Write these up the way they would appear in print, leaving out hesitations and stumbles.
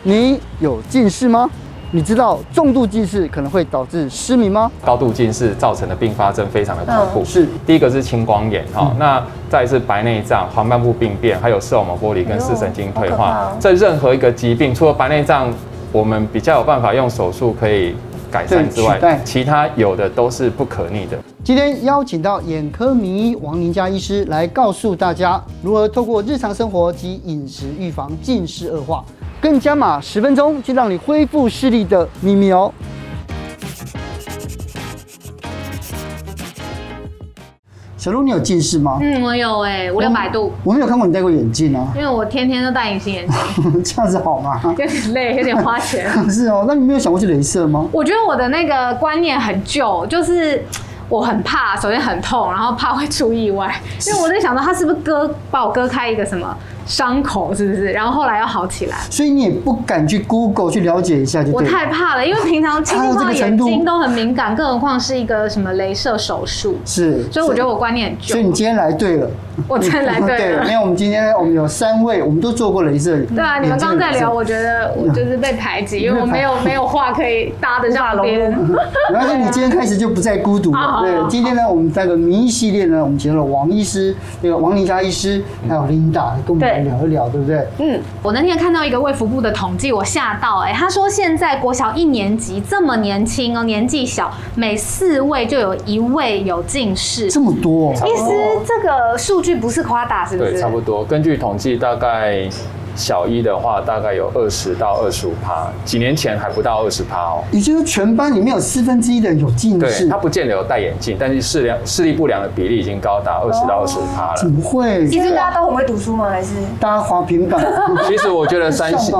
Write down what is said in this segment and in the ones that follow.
你有近视吗？你知道重度近视可能会导致失明吗？ 高度近视造成的并发症非常的恐怖。 是， 第一个是青光眼哈，那再是白内障、黄斑部病变，还有视网膜剥离跟视神经退化。这任何一个疾病，除了白内障，我们比较有办法用手术可以改善之外，其他有的都是不可逆的。 今天邀请到眼科名医王宁佳医师来告诉大家，如何透过日常生活及饮食预防近视恶化，更加码10分钟就让你恢复视力的秘密哦。小鹿，你有近视吗？ 我有500-600度。 我没有看过你戴过眼镜啊， 因为我天天都戴隐形眼镜。 这样子好吗？ 有点累，有点花钱。 是哦，那你没有想过去雷射吗？ 我觉得我的那个观念很旧，就是我很怕，首先很痛，然后怕会出意外，因为我在想到他是不是把我割开一个什么伤口，是不是？然后后来要好起来， 所以你也不敢去 Google 去了解一下就对了。 我太怕了，因为平常轻轻碰到眼睛都很敏感，更何况是一个什么雷射手术。 是， 所以我觉得我观念很旧。 所以你今天来对了。 我今天来对了。 因为我们今天有3位，我们都做过雷射。 对啊，你们刚刚在聊，我觉得我就是被排挤，因为我没有话可以搭得上边。 没关系，你今天开始就不再孤独了。对，今天呢，我们这个名医系列呢，我们请到了王医师、那个王宁佳医师，还有 Linda 跟我们来聊一聊，对不对？ 我那天看到一个卫福部的统计，我吓到他说现在国小1年级这么年轻哦，年纪小，每4位就有1位有近视， 这么多。 医师，这个数据不是夸大，是不是？ 对，差不多。根据统计，大概小一的话，大概有20到25%，几年前还不到20%哦。 也就是全班里面有1/4的人有近视。 对，他不见得有戴眼镜，但是视力不良的比例已经高达20到25%了。 怎么会？ 其实大家都很会读书吗？还是大家滑平板？ 其实我觉得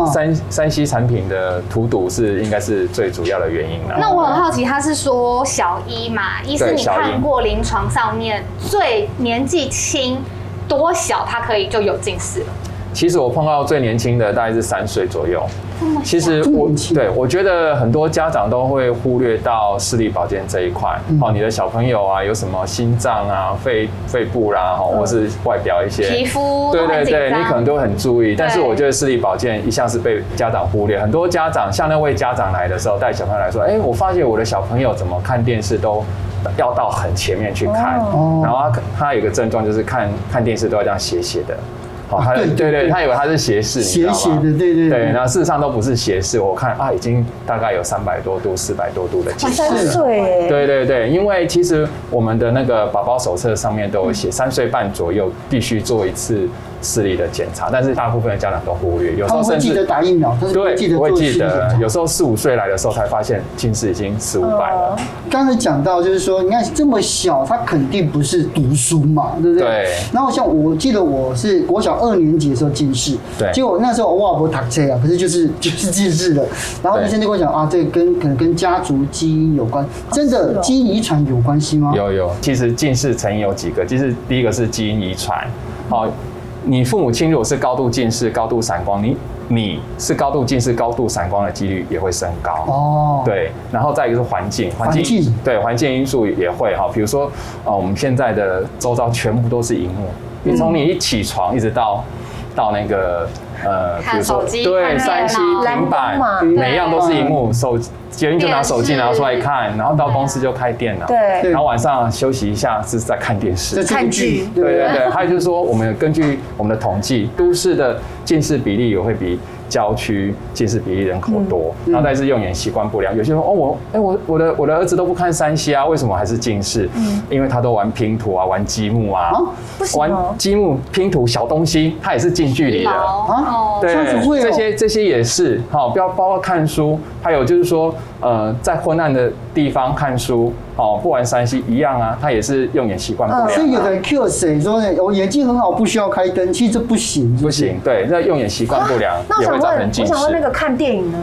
3C 产品的荼毒应该是最主要的原因啦。 那我很好奇，他是说小一嘛？医师，你看过临床上面最年纪轻多小，他可以就有近视了？ 其实我碰到最年轻的大概是3岁左右。其实我觉得很多家长都会忽略到视力保健这一块。你的小朋友啊，有什么心脏啊、肺部啦，或是外表一些皮肤， 对，你可能都很注意。但是我觉得视力保健一向是被家长忽略。很多家长像那位家长来的时候，带小朋友来说，我发现我的小朋友怎么看电视都要到很前面去看，然后他有一个症状就是看电视都要这样斜斜的。对，他以为他是斜视， 斜的，对， 那事实上都不是斜视。我看已经大概有300多度、400多度的近视。 3岁， 对，因为其实我们的那个宝宝手册上面都有写，3岁半左右必须做一次视力的检查，但是大部分的家长都忽略，有时候甚至记得打疫苗， 对，不会记得，有时候4、5岁来的时候才发现近视已经400、500了。 刚才讲到就是说，你看这么小，他肯定不是读书嘛，对不对？ 对。 然后像我记得我是国小2年级的时候近视， 对。 结果那时候我不读册啊，可是就是近视了。然后医生就跟我讲这可能跟家族基因有关，真的基因遗传有关系吗？ 有，其实近视成因有几个，其实第一个是基因遗传，你父母亲如果是高度近视、高度散光，你是高度近视、高度散光的几率也会升高。对，然后再一个是环境，对，环境因素也会比如说我们现在的周遭全部都是荧幕，从你一起床一直到那个比如说对3C 平板，每一样都是荧幕，捷运就拿手机拿出来看，然后到公司就开电脑， 对， 然后晚上休息一下是在看电视、 看剧， 对。还有就是说，我们根据我们的统计，都市的近视比例也会比郊区近视比例人口多，然后再是用眼习惯不良。有些人说我的儿子都不看3C啊，为什么还是近视？因为他都玩拼图啊，玩积木啊，玩积木拼图小东西，他也是近距离的对，这些也是不要包括看书，还有就是说在昏暗的地方看书。不玩3C一样啊，他也是用眼习惯不良。 所以有的人 Q 谁说我眼睛很好，不需要开灯，其实这不行。 不行，对，那用眼习惯不良也会造成近视。 我想问那个看电影呢？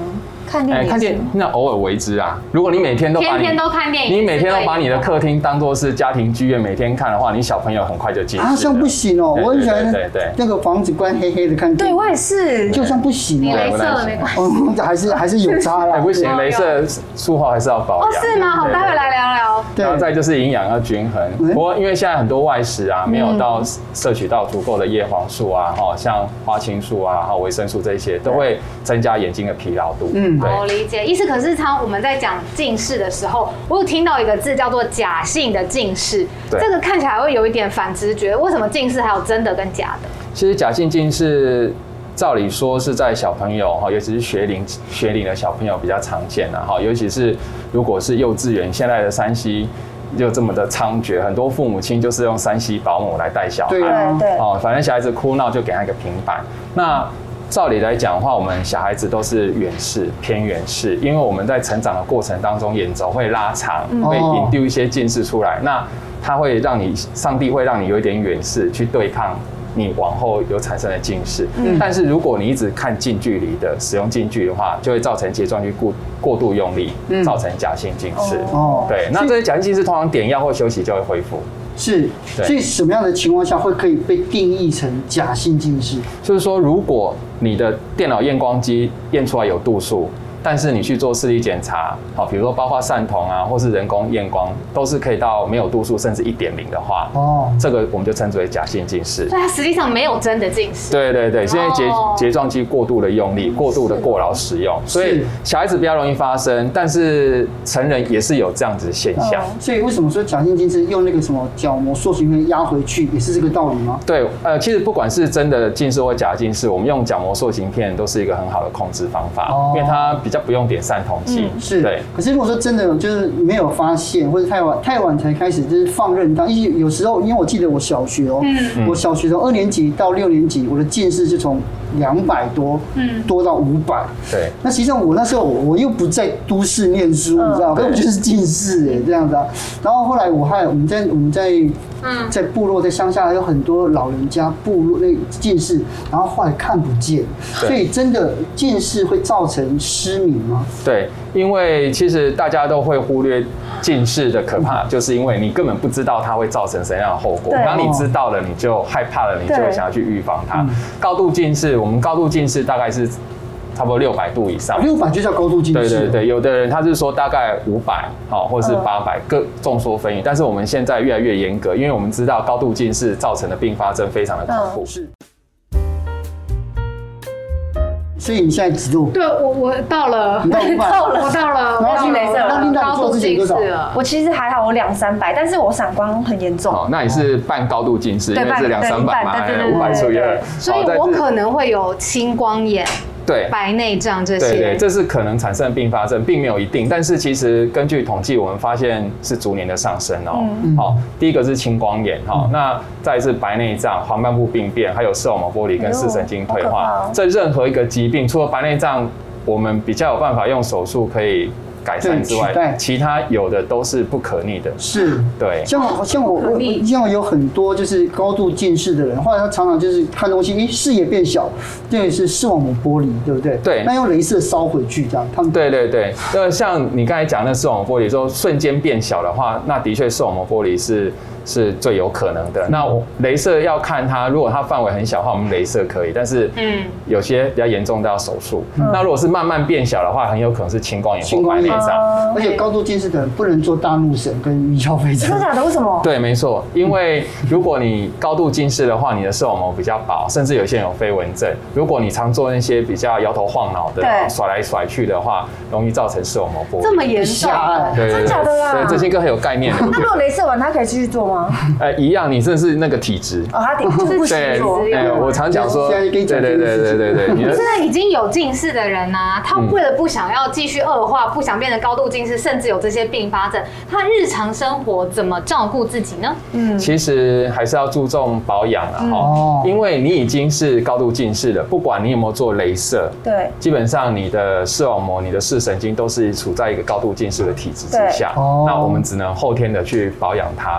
看电影， 看电影那偶尔为之啊。如果你每天都天天都看电影， 你每天都把你的客厅当作是家庭剧院，每天看的话，你小朋友很快就近视了。 这样不行哦，我很喜欢那个房子关黑黑的看电影。 对我也是， 就算不行， 你雷射了没关系， 还是有差啦。 不行，雷射术后还是要保养。 是吗？好，待会来聊聊。 然后再就是营养要均衡。不过因为现在很多外食啊，没有到摄取到足够的叶黄素啊，像花青素啊、维生素这些，都会增加眼睛的疲劳度。 我理解。意思可是常我们在讲近视的时候，我有听到一个字叫做假性的近视，这个看起来会有一点反直觉。为什么近视还有真的跟假的？ 其实假性近视，照理说是在小朋友尤其是学龄的小朋友比较常见的尤其是如果是幼稚园，现在的3C就这么的猖獗，很多父母亲就是用3C 保姆来带小孩， 对反正小孩子哭闹就给他一个平板。那照理来讲的话，我们小孩子都是远视偏远视，因为我们在成长的过程当中，眼轴会拉长，会引丢一些近视出来，那它会让你，上帝会让你有一点远视去对抗你往后有产生的近视。但是如果你一直看近距离的，使用近距离的话，就会造成睫状肌过度用力，造成假性近视。对，那这些假性近视通常点药或休息就会恢复。 是，所以什么样的情况下可以被定义成假性近视？ 就是说，如果你的电脑验光机验出来有度数，但是你去做视力检查，比如说包括散瞳啊，或是人工验光，都是可以到没有度数甚至1.0的话，这个我们就称之为假性近视。 所以它实际上没有真的近视。 对，是因为睫状肌过度的用力，过度的过劳使用，所以小孩子比较容易发生，但是成人也是有这样子的现象。 所以为什么说假性近视用那个什么角膜塑形片压回去，也是这个道理吗？ 对，其实不管是真的近视或假近视，我们用角膜塑形片都是一个很好的控制方法，因为它比较不用点散瞳剂。 是， 对。 可是如果说真的就是没有发现，或者太晚才开始就是放任它，因为有时候因为我记得我小学我小学从2年级到6年级，我的近视是从200多多到500。 对。 那实际上我那时候我又不在都市念书，你知道，根本就是近视这样子啊。然后后来我们在部落在乡下有很多老人家部落那近视，然后后来看不见，所以真的近视会造成失明吗？ 对，因为其实大家都会忽略近视的可怕，就是因为你根本不知道它会造成什么样的后果。当你知道了，你就害怕了，你就会想要去预防它。高度近视，我们高度近视大概是差不多600度以上 ，600就叫高度近视。 对，有的人他是说大概500，或是800，各众说纷纭。但是我们现在越来越严格，因为我们知道高度近视造成的并发症非常的恐怖。 是。所以你现在几度？ 对，我到了， 你到500， 我到了， 然后去雷射了。那琳达做之前多少？ 我其实还好，我200-300，但是我散光很严重。 那你是半高度近视，因为是200-300嘛，500除以2， 所以我可能会有青光眼。 对， 白内障这些， 对，这是可能产生的并发症，并没有一定。但是其实根据统计，我们发现是逐年的上升第一个是青光眼那再来是白内障、黄斑部病变，还有视网膜剥离跟视神经退化。这任何一个疾病，除了白内障，我们比较有办法用手术可以改善之外，其他有的都是不可逆的。 是， 对。 像我有很多就是高度近视的人，后来他常常就是看东西，视野变小，这个是视网膜剥离，对不对？ 对。 那用雷射烧回去这样，他们对。那像你刚才讲那视网膜剥离说瞬间变小的话，那的确视网膜剥离是最有可能的。那雷射要看它，如果它范围很小的话，我们雷射可以，但是有些比较严重都要手术。那如果是慢慢变小的话，很有可能是青光眼或白内障。 而且高度近视的人不能坐大怒神跟云霄飞车。 真的假的？为什么？ 对，没错，因为如果你高度近视的话，你的视网膜比较薄，甚至有些人有飞蚊症。如果你常做那些比较摇头晃脑的、甩来甩去的话，容易造成视网膜剥离。 这么严重？ 对， 真假的啦？ 对，这些歌很有概念的。 那如果雷射完，他可以继续做吗？ 一样，你真的是那个体质。 他就是不行做。 我常讲说，对，你现在已经有近视的人啊，他为了不想要继续恶化，不想变成高度近视，甚至有这些并发症，他日常生活怎么照顾自己呢？ 其实还是要注重保养因为你已经是高度近视了，不管你有没有做雷射， 对， 基本上你的视网膜、你的视神经都是处在一个高度近视的体质之下。那我们只能后天的去保养它啦因为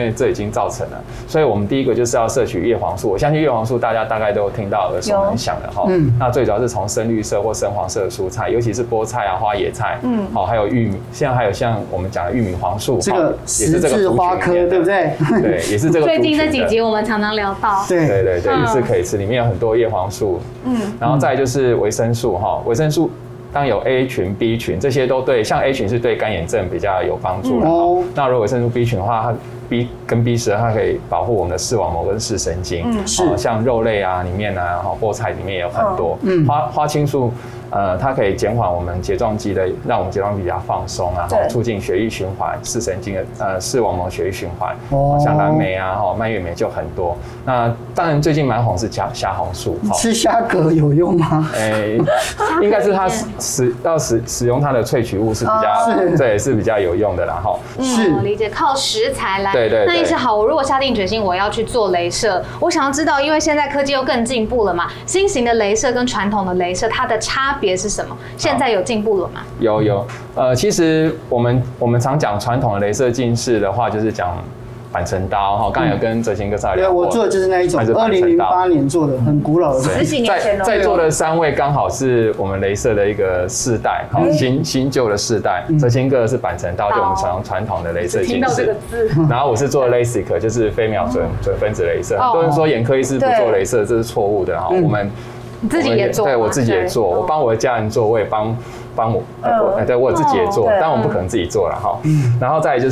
为这已经造成了。所以我们第一个就是要摄取叶黄素。我相信叶黄素大家大概都听到耳熟能详的哈。那最主要是从深绿色或深黄色的蔬菜，尤其是菠菜啊、花椰菜，好，还有玉米，现在还有像我们讲的玉米黄素， 这个十字花科，对不对？ 对，也是这个。 最近这几集我们常常聊到。 对， 也是可以吃，里面有很多叶黄素。然后再来就是维生素哈，维生素。当有 A 群、B 群，这些都对，像 A 群是对干眼症比较有帮助的。那如果维生素 B 群的话，它 B 跟 B12它可以保护我们的视网膜跟视神经。是，像肉类啊里面啊，菠菜里面也有很多。花青素。它可以减缓我们睫状肌的，让我们睫状肌比较放松啊，促进血液循环、视神经的视网膜血液循环。像蓝莓啊、蔓越莓就很多。那当然最近蛮红是虾红素。 吃虾壳有用吗？ 应该是它使用它的萃取物是比较，对，是比较有用的啦哈。 是，我理解，靠食材来。对。那医师好，我如果下定决心我要去做雷射，我想要知道，因为现在科技又更进步了嘛，新型的雷射跟传统的雷射它的差别是什么？现在有进步了吗？ 有，其实我们常讲传统的雷射近视的话，就是讲板层刀哈。刚才有跟哲兴哥稍微聊过， 我做的就是那一种，2008年做的，很古老的 ，10几年前在座的3位刚好是我们雷射的一个世代，新旧的世代。哲兴哥是板层刀，就我们常用传统的雷射近视。听到这个字。然后我是做 LASIK， 就是飞秒准分子雷射。很多人说眼科医师不做雷射，这是错误的哈。我们自己也做， 对我自己也做，我帮我的家人做，我也帮我，对我自己也做，但我们不可能自己做了哈。然后再就是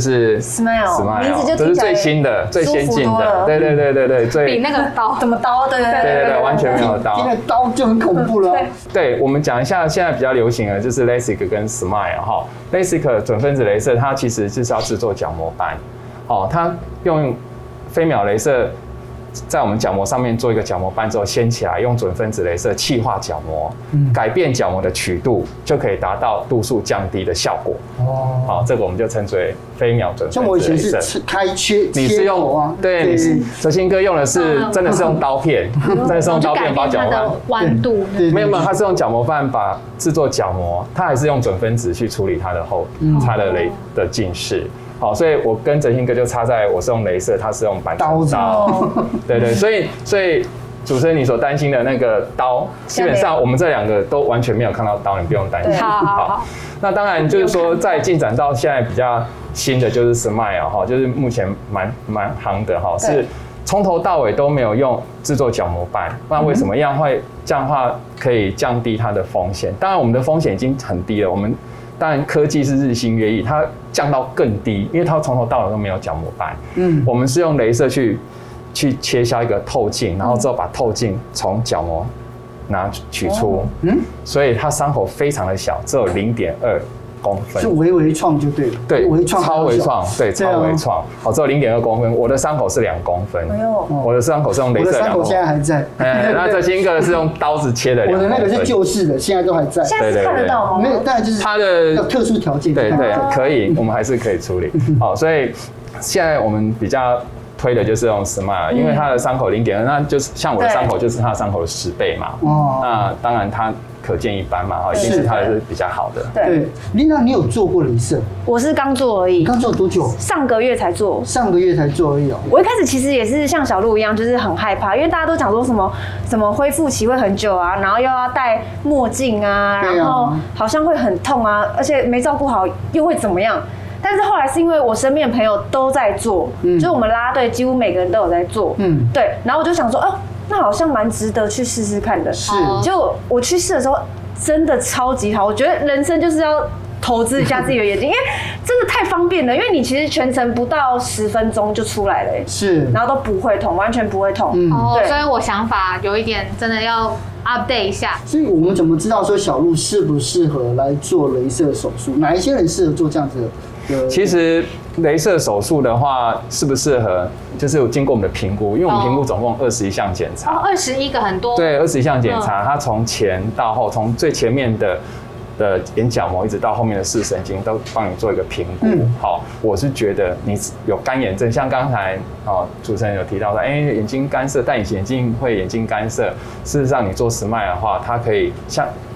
Smile， 这是最新的、最先进的，对， 比那个刀怎么刀？对， 完全没有刀， 现在刀就很恐怖了。 对，我们讲一下现在比较流行的就是 LASIK 跟 Smile 哈。LASIK 准分子雷射，它其实就是要制作角膜斑，它用飞秒雷射。在我们角膜上面做一个角膜斑之后掀起来，用准分子雷射气化角膜，改变角膜的曲度，就可以达到度数降低的效果。好，这个我们就称之为飞秒准分子雷射。 像我以前是开你是用对，哲兴哥用的是真的是用刀片，真的是用刀片把角膜斑弯度。 没有，他是用角膜斑把制作角膜，他还是用准分子去处理它的雷的近视。好，所以我跟哲兴哥就差在我是用雷射，他是用板刀。对，所以主持人你所担心的那个刀，基本上我们这2个都完全没有看到刀，你不用担心。 好。 那当然就是说，在进展到现在比较新的就是 Smile 哈，就是目前蛮夯的哈，是从头到尾都没有用制作角膜斑。那为什么这样的话可以降低它的风险？当然我们的风险已经很低了，当然科技是日新月异，它降到更低，因为它从头到尾都没有角膜斑。我们是用雷射去切削一个透镜，然后之后把透镜从角膜取出。所以它伤口非常的小，只有0.2公分， 是微创就对了。 对，超微创，对，超微创。好，只有0.2公分，我的伤口是2公分。我的伤口是用雷射。 我的伤口现在还在。 那哲兴哥是用刀子切的2公分。 我的那个是旧式的，现在都还在。 现在是看得到吗？ 没有，当然就是它的要特殊条件。 对，可以，我们还是可以处理。好，所以现在我们比较推的就是用 Smile， 因为它的伤口0.2，那就是像我的伤口就是它的伤口的10倍嘛。那当然它可见一斑嘛，一定是它是比较好的。 对，Linda，你有做过雷射？ 我是刚做而已。 刚做多久？ 上个月才做。 上个月才做而已哦。 我一开始其实也是像小鹿一样，就是很害怕，因为大家都讲说什么恢复期会很久啊，然后又要戴墨镜啊，然后好像会很痛啊，而且没照顾好又会怎么样？但是后来是因为我身边的朋友都在做，就是我们啦队几乎每个人都有在做，对，然后我就想说，那好像蛮值得去试试看的。 是， 就我去试的时候，真的超级好。我觉得人生就是要投资一下自己的眼睛，因为真的太方便了。因为你其实全程不到10分钟就出来了， 是， 然后都不会痛，完全不会痛。 对，所以我想法有一点真的要 update 一下。 所以我们怎么知道说小鹿适不适合来做雷射手术？哪一些人适合做这样子的？ 其实雷射手术的话，适不适合，就是有经过我们的评估，因为我们评估总共21项检查。 21个很多。 对，21项检查，它从前到后，从最前面的眼角膜一直到后面的视神经都帮你做一个评估。好，我是觉得你有干眼症，像刚才主持人有提到说，眼睛干涩，戴隐形眼镜会眼睛干涩。事实上，你做 Smile 的话，它可以像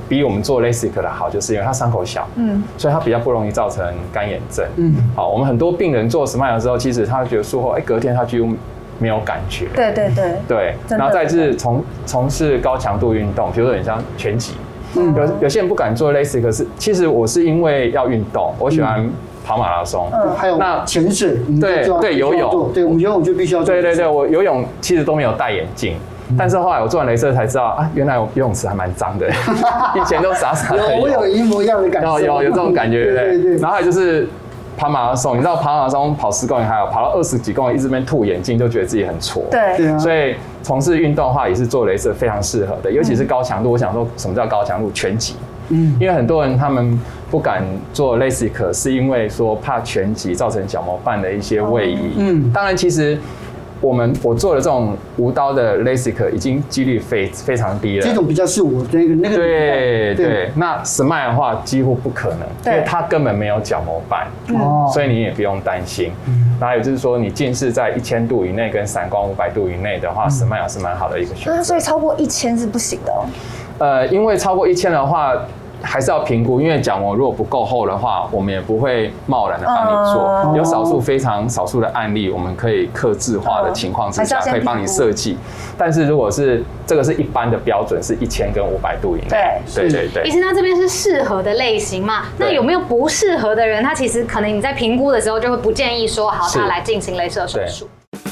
比我们做 LASIK 的好，就是因为它伤口小，所以它比较不容易造成干眼症。好，我们很多病人做 SMILE 的时候，其实他觉得术后，隔天他几乎没有感觉。对，然后再是从事高强度运动，比如说你像拳击，有些人不敢做 LASIK， 其实我是因为要运动，我喜欢跑马拉松， 还有潜水， 对游泳， 对我们游泳就必须要做。 对，我游泳其实都没有戴眼镜。但是后来我做完雷射才知道啊，原来我游泳池还蛮脏的，以前都傻傻的。 我有一模一样的感受。 有这种感觉，对。然后还有就是跑马拉松，你知道跑马拉松跑10公里，还有跑到20几公里，一直边吐眼镜，就觉得自己很挫。 对啊。 所以从事运动的话，也是做雷射非常适合的，尤其是高强度。我想说，什么叫高强度？拳击。因为很多人他们不敢做 LASIK， 是因为说怕拳击造成角膜瓣的一些位移。当然其实。我做的这种无刀的 LASIK 已经几率非常低了。 这种比较是我那个对。那 SMILE 的话几乎不可能，因为它根本没有角膜瓣，所以你也不用担心。然后还有就是说，你近视在1000度以内跟散光500度以内的话，SMILE 是蛮好的一个选择。 所以超过1000是不行的哦。 因为超过1000的话。还是要评估，因为角膜如果不够厚的话，我们也不会贸然的帮你做。有非常少数的案例，我们可以客制化的情况之下，可以帮你设计。但是如果是这个是一般的标准，是1000跟500度以内。对。 医生，那这边是适合的类型嘛？那有没有不适合的人？他其实可能你在评估的时候就会不建议说，好，他来进行雷射手术。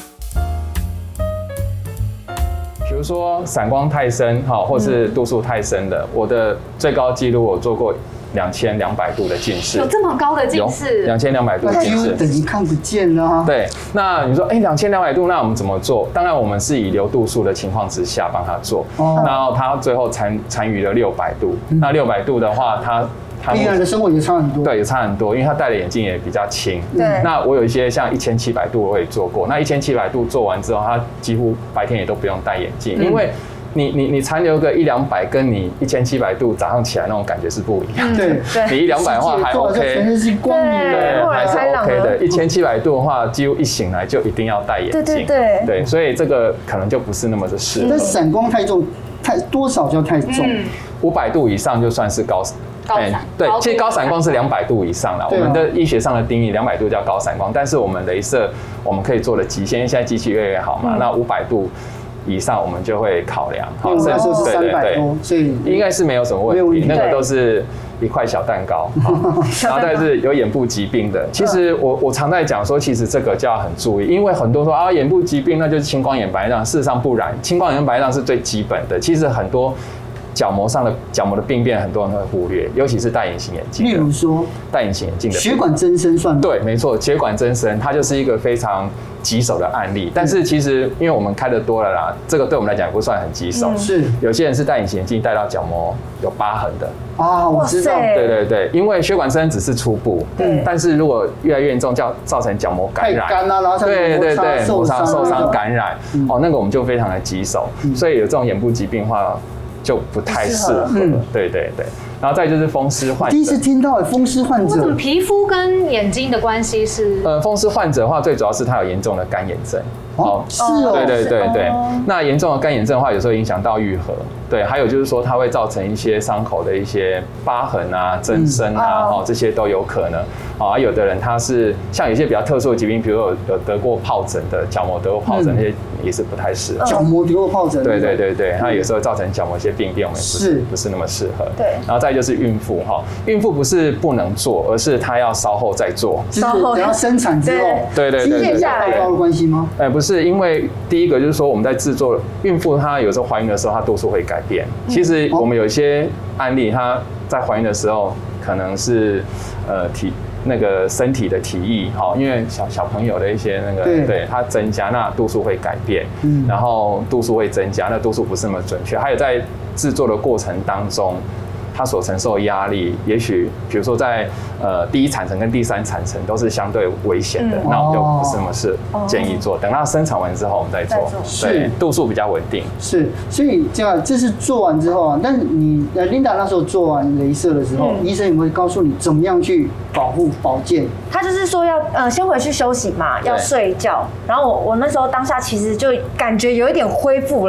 比如说散光太深或是度数太深的，我的最高纪录我做过2200度的近视。 有这么高的近视 ？2200度的近视， 等于看不见了。 对，那你说2200度，那我们怎么做？当然我们是以流度数的情况之下帮他做，然后他最后残余了600度。那600度的话，他病人的生活也差很多， 对，也差很多，因为他戴的眼镜也比较轻。 对， 那我有一些像1700度我也做过，那1700度做完之后，他几乎白天也都不用戴眼镜，因为你残留个100-200，跟你1700度早上起来那种感觉是不一样的。 对， 你100-200的话还 OK， 全身是光明的， 还是 OK 的。1700度的话，几乎一醒来就一定要戴眼镜。对，所以这个可能就不是那么的适合。 但散光太重，多少就太重 ？500度以上就算是高。对，其实高散光是200度以上了。我们的医学上的定义，200度叫高散光，但是我们雷射我们可以做的极限，因为现在机器越来越好嘛。那500度以上我们就会考量。 因为我那时候是300多，所以应该是没有什么问题。那个都是一块小蛋糕。然后再是有眼部疾病的，其实我常在讲说，其实这个就要很注意，因为很多说眼部疾病那就是青光眼白内障，事实上不然，青光眼白内障是最基本的。其实很多。角膜的病变，很多人会忽略，尤其是戴隐形眼镜。 例如说， 戴隐形眼镜的血管增生算吗？ 对，没错，血管增生它就是一个非常棘手的案例。但是其实因为我们开的多了啦，这个对我们来讲也不算很棘手。 是，有些人是戴隐形眼镜戴到角膜有疤痕的。 我知道。 对，因为血管增生只是初步，但是如果越来越严重，造成角膜感染， 太干啊，然后对，受伤感染，那个我们就非常的棘手。所以有这种眼部疾病的话。就不太适合，对，然后再就是风湿患者。 第一次听到风湿患者， 怎么皮肤跟眼睛的关系是？ 风湿患者的话，最主要是他有严重的干眼症。 是哦， 对。那严重的干眼症的话，有时候影响到愈合。对，还有就是说，它会造成一些伤口的一些疤痕啊、增生啊，这些都有可能。有的人他是像有些比较特殊的疾病，比如有得过疱疹的，角膜得过疱疹那些也是不太适合。 角膜得过疱疹， 对，它有时候造成角膜一些病变，我们不是那么适合。 对， 然后再就是孕妇孕妇不是不能做，而是她要稍后再做， 就是等要生产之后。 对， 太高的关系吗？ 不是，因为第一个就是说我们在制作孕妇，她有时候怀孕的时候，她度数会改变。其实我们有一些案例，她在怀孕的时候可能是那个身体的体液，因为小朋友的一些那个，对它增加，那度数会改变，然后度数会增加，那度数不是那么准确。还有在制作的过程当中，它所承受的压力，也许比如说在第一产程跟第三产程都是相对危险的，那我们就不是那么是建议做。等到生产完之后我们再做，对，度数比较稳定。 是，所以这是做完之后啊，但是你Linda 那时候做完雷射的时候，医生也会告诉你怎么样去保健。 他就是说要先回去休息嘛，要睡觉。然后我那时候当下其实就感觉有一点恢复了，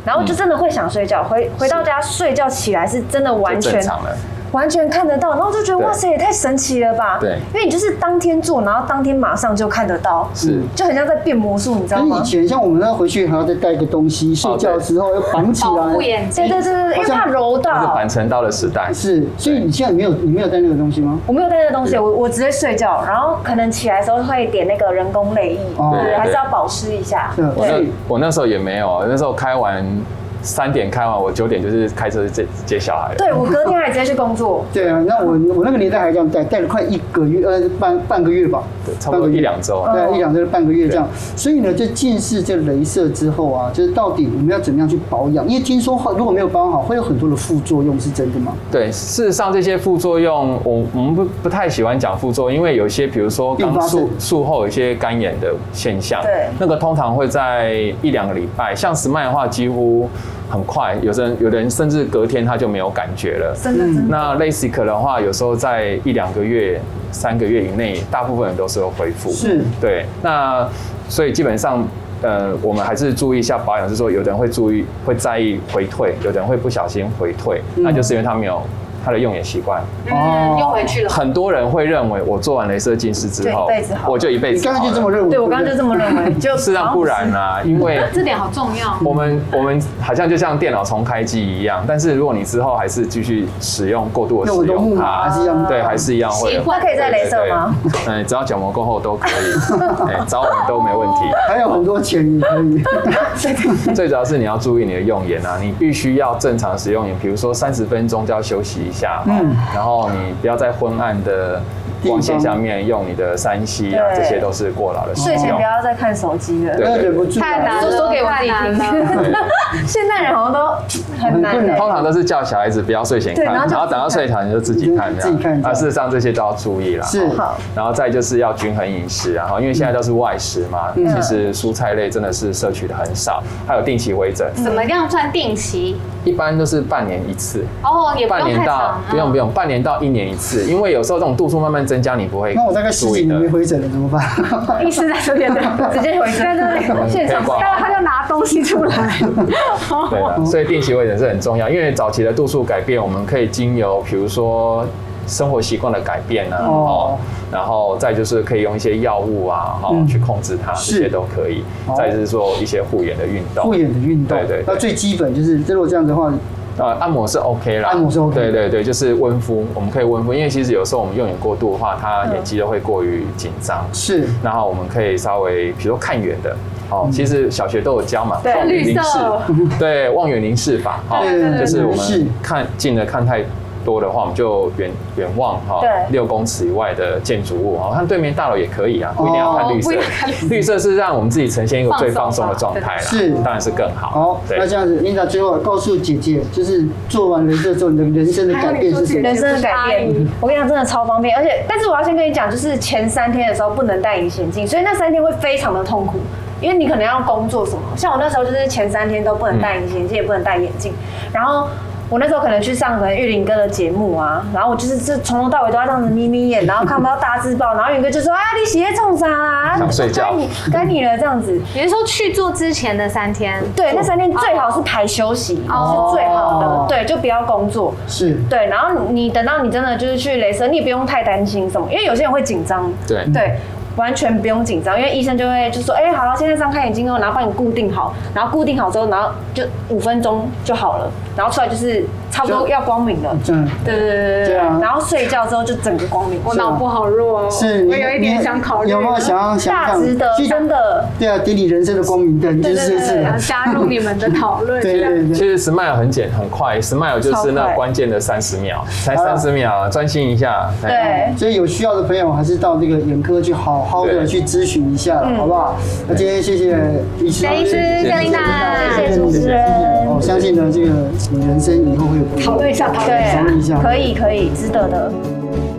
然后就真的会想睡觉，回到家睡觉起来是真的完全看得到，然后就觉得哇塞，也太神奇了吧？ 对， 因为你就是当天做，然后当天马上就看得到，就很像在变魔术，你知道吗？ 以前像我们要回去还要再带一个东西，睡觉的时候要绑起来， 保护眼睛。 对，因为怕揉到。 是板层刀的时代。 是，所以你现在你没有带那个东西吗？ 我没有带那个东西，我直接睡觉，然后可能起来的时候会点那个人工泪液，对，还是要保湿一下。 对， 我那时候也没有，那时候开完。3点开完，我9点就是开车接小孩了。 对，我隔天还直接去工作。 对啊，那我那个年代还这样带了快1个月，半个月吧， 对，差不多1、2周。 对，1、2周半个月这样。所以呢，就近视这雷射之后啊，就是到底我们要怎么样去保养？因为听说如果没有保养好，会有很多的副作用，是真的吗？ 对，事实上这些副作用，我们不太喜欢讲副作用，因为有些比如说刚术后有一些干眼的现象， 对， 那个通常会在1、2个礼拜，像Smile的话几乎。很快，有的人甚至隔天他就没有感觉了。 真的。 那 LASIK 的话，有时候在1、2个月、3个月以内，大部分人都是会恢复。 是。 对。那所以基本上，我们还是注意一下保养，是说有的人会在意回退，有的人会不小心回退，那就是因为他没有。他的用眼习惯又回去了。 很多人会认为我做完雷射近视之后，我就一辈子。 你刚刚就这么认为？ 对，我刚刚就这么认为。 事实上不然啦，因为这点好重要。 我们好像就像电脑重开机一样，但是如果你之后还是继续使用过度的使用它，对，还是一样会。 它可以再雷射吗？ 只要角膜过后都可以，找我们都没问题。 还有很多钱也可以。 最主要是你要注意你的用眼啊，你必须要正常使用眼，比如说30分钟就要休息一下，然后你不要在昏暗的光线下面用你的3C 啊，这些都是过劳的使用。 睡前不要再看手机了， 太难了， 说给我自己听。现代人好像都很难。 通常都是叫小孩子不要睡前看，然后等到睡前你就自己看这样。事实上这些都要注意啦。 是。 然后再就是要均衡饮食，然后因为现在都是外食嘛，其实蔬菜类真的是摄取的很少，还有定期回诊。 怎么样算定期？ 一般都是半年一次。 哦，也不用太长。 不用，半年到1年一次，因为有时候这种度数慢慢增加，你不会。 那我大概10几年没回诊了，怎么办？ 医师在这边，直接回诊，在现场，他就拿东西出来。 对了，所以定期回诊是很重要，因为早期的度数改变，我们可以经由比如说生活习惯的改变啊，然后再就是可以用一些药物啊，去控制它，这些都可以。再就是说一些护眼的运动， 对，那最基本就是如果这样的话。 按摩是 OK 啦， 按摩是 OK， 对，就是温敷，我们可以温敷，因为其实有时候我们用眼过度的话，它眼肌都会过于紧张， 是， 然后我们可以稍微，比如说看远的，其实小学都有教嘛，望远凝视，对，望远凝视法，就是我们看近的看太多的话，我们就远望6公尺以外的建筑物，看对面大楼也可以啊，不一定要看绿色。绿色是让我们自己呈现一个最放松的状态啦， 是， 当然是更好。 好，那这样子，Linda最后告诉姐姐，就是做完雷射之后，你的人生的改变是什么？ 人生的改变，我跟你讲，真的超方便，而且，但是我要先跟你讲，就是前3天的时候不能戴隐形眼镜，所以那3天会非常的痛苦。因为你可能要工作什么，像我那时候就是前3天都不能戴隐形眼镜，也不能戴眼镜，然后我那时候可能去上可能玉林哥的节目啊，然后我就是从头到尾都要这样子眯眯眼，然后看不到大字报，然后云哥就说啊你洗在冲啥啦， 想睡觉， 该你了这样子。 你是说去做之前的3天？ 对，那3天最好是排休息，是最好的，对，就不要工作。 是， 对，然后你等到你真的就是去雷射，你也不用太担心什么，因为有些人会紧张，对。完全不用紧张，因为医生就会就说，好，现在张开眼睛哦，然后帮你固定好，然后固定好之后，然后就5分钟就好了，然后出来就是差不多要光明了。对啊。然后睡觉之后就整个光明。 我脑波好弱哦， 是， 我有一点想考虑。 有没有想大值得，真的。 对啊，给你人生的光明灯，就是加入你们的讨论。 对。 其实 Smile 很快 ，Smile 就是那关键的30秒，才30秒，专心一下。 对。 所以有需要的朋友还是到这个眼科去好好的去咨询一下，好不好？那今天谢谢医师， 谢谢Linda， 谢谢主持人。 我相信呢，这个你人生以后会有讨论一下， 可以，值得的。